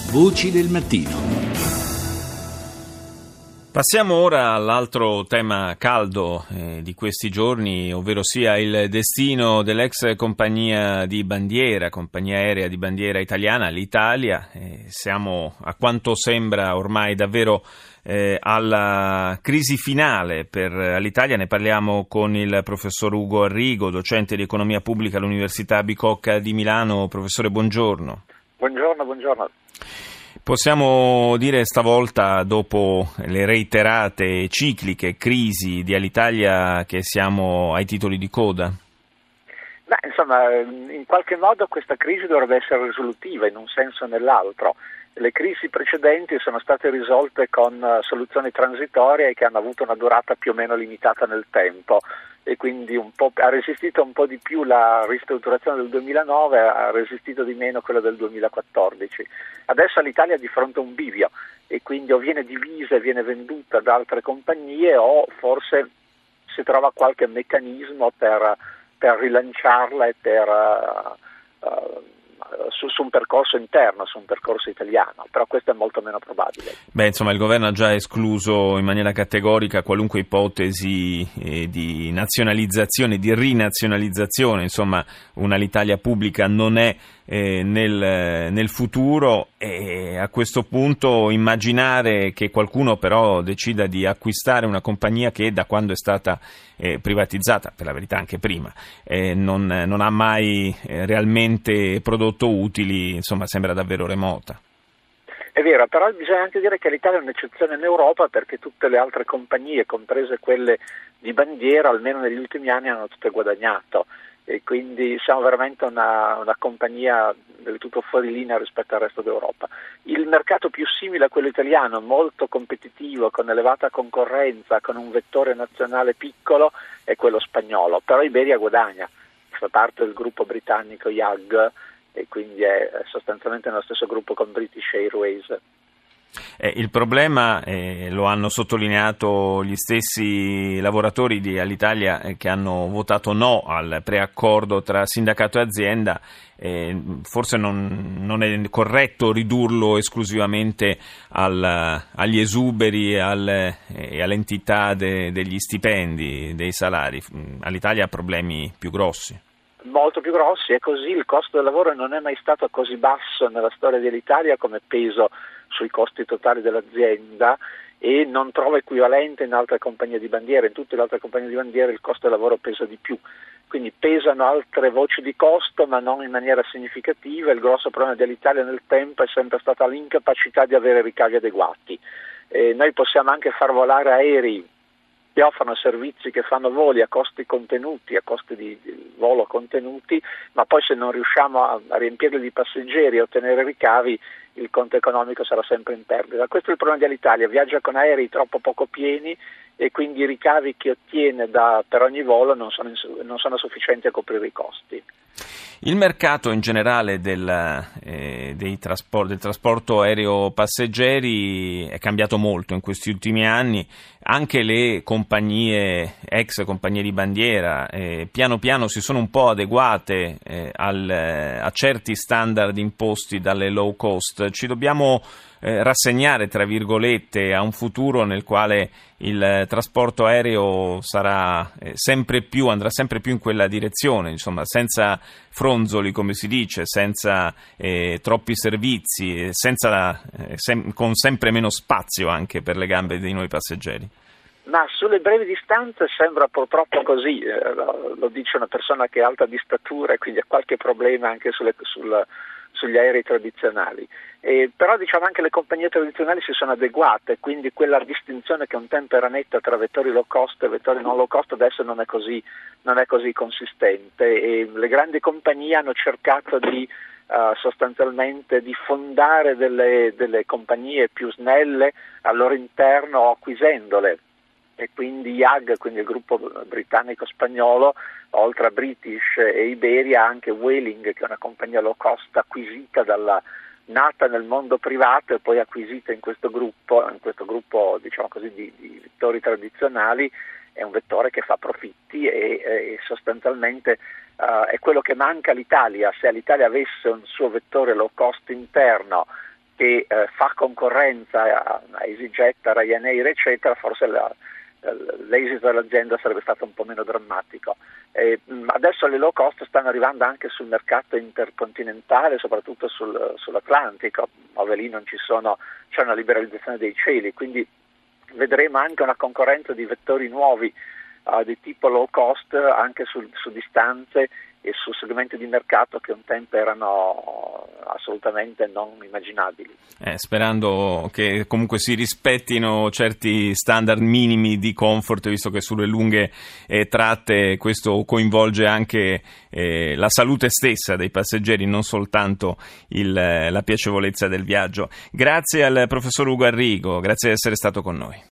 Voci del mattino. Passiamo ora all'altro tema caldo di questi giorni, ovvero sia il destino dell'ex compagnia aerea di bandiera italiana, l'Italia. Siamo, a quanto sembra, ormai davvero alla crisi finale per l'Italia. Ne parliamo con il professor Ugo Arrigo, docente di economia pubblica all'Università Bicocca di Milano. Professore, buongiorno. Buongiorno. Possiamo dire stavolta, dopo le reiterate e cicliche crisi di Alitalia, che siamo ai titoli di coda? In qualche modo questa crisi dovrebbe essere risolutiva in un senso o nell'altro. Le crisi precedenti sono state risolte con soluzioni transitorie che hanno avuto una durata più o meno limitata nel tempo e quindi ha resistito un po' di più la ristrutturazione del 2009, ha resistito di meno quella del 2014. Adesso l'Italia è di fronte a un bivio e quindi o viene divisa e viene venduta da altre compagnie o forse si trova qualche meccanismo per rilanciarla e su un percorso interno, su un percorso italiano, però questo è molto meno probabile. Il governo ha già escluso in maniera categorica qualunque ipotesi di nazionalizzazione, di rinazionalizzazione. Un'Alitalia pubblica non è nel futuro, e a questo punto immaginare che qualcuno però decida di acquistare una compagnia che da quando è stata privatizzata, per la verità anche prima, non ha mai realmente prodotto utili, sembra davvero remota. È vero, però bisogna anche dire che l'Italia è un'eccezione in Europa, perché tutte le altre compagnie, comprese quelle di bandiera, almeno negli ultimi anni hanno tutte guadagnato. E quindi siamo veramente una compagnia del tutto fuori linea rispetto al resto d'Europa. Il mercato più simile a quello italiano, molto competitivo, con elevata concorrenza, con un vettore nazionale piccolo, è quello spagnolo, però Iberia guadagna, fa parte del gruppo britannico IAG e quindi è sostanzialmente nello stesso gruppo con British Airways. Il problema, lo hanno sottolineato gli stessi lavoratori di Alitalia che hanno votato no al preaccordo tra sindacato e azienda. Forse non è corretto ridurlo esclusivamente agli esuberi e all'entità degli stipendi, dei salari. Alitalia ha problemi più grossi. Molto più grossi, e così il costo del lavoro non è mai stato così basso nella storia dell'Italia come peso sui costi totali dell'azienda, e non trova equivalente in altre compagnie di bandiera. In tutte le altre compagnie di bandiera il costo del lavoro pesa di più, quindi pesano altre voci di costo ma non in maniera significativa. Il grosso problema dell'Italia nel tempo è sempre stata l'incapacità di avere ricavi adeguati. Noi possiamo anche far volare aerei che offrono servizi, che fanno voli a costi contenuti, a costi di volo contenuti, ma poi se non riusciamo a riempirli di passeggeri e ottenere ricavi, il conto economico sarà sempre in perdita. Questo è il problema dell'Italia: viaggia con aerei troppo poco pieni e quindi i ricavi che ottiene per ogni volo non sono sufficienti a coprire i costi. Il mercato in generale del trasporto aereo passeggeri è cambiato molto in questi ultimi anni. Anche le ex compagnie di bandiera, piano piano si sono un po' adeguate a certi standard imposti dalle low cost. Ci dobbiamo rassegnare, tra virgolette, a un futuro nel quale il trasporto aereo andrà sempre più in quella direzione, senza fronzoli, come si dice, senza troppi servizi, con sempre meno spazio anche per le gambe dei nuovi passeggeri. Ma sulle brevi distanze sembra purtroppo così, lo dice una persona che è alta di statura e quindi ha qualche problema anche sugli aerei tradizionali. Però anche le compagnie tradizionali si sono adeguate, quindi quella distinzione che un tempo era netta tra vettori low cost e vettori non low cost adesso non è così consistente, e le grandi compagnie hanno cercato sostanzialmente di fondare delle compagnie più snelle al loro interno, acquisendole. E quindi IAG, quindi il gruppo britannico-spagnolo, oltre a British e Iberia, anche Vueling, che è una compagnia low cost acquisita nata nel mondo privato e poi acquisita in questo gruppo di vettori tradizionali. È un vettore che fa profitti e sostanzialmente è quello che manca all'Italia. Se l'Italia avesse un suo vettore low cost interno che fa concorrenza a EasyJet, a Ryanair eccetera, forse l'esito dell'azienda sarebbe stato un po' meno drammatico. Adesso le low cost stanno arrivando anche sul mercato intercontinentale, soprattutto sull'Atlantico, dove lì non c'è una liberalizzazione dei cieli, quindi vedremo anche una concorrenza di vettori nuovi di tipo low cost anche su distanze e su segmenti di mercato che un tempo erano assolutamente non immaginabili. Sperando che comunque si rispettino certi standard minimi di comfort, visto che sulle lunghe tratte questo coinvolge anche la salute stessa dei passeggeri, non soltanto la piacevolezza del viaggio. Grazie al professor Ugo Arrigo, grazie di essere stato con noi.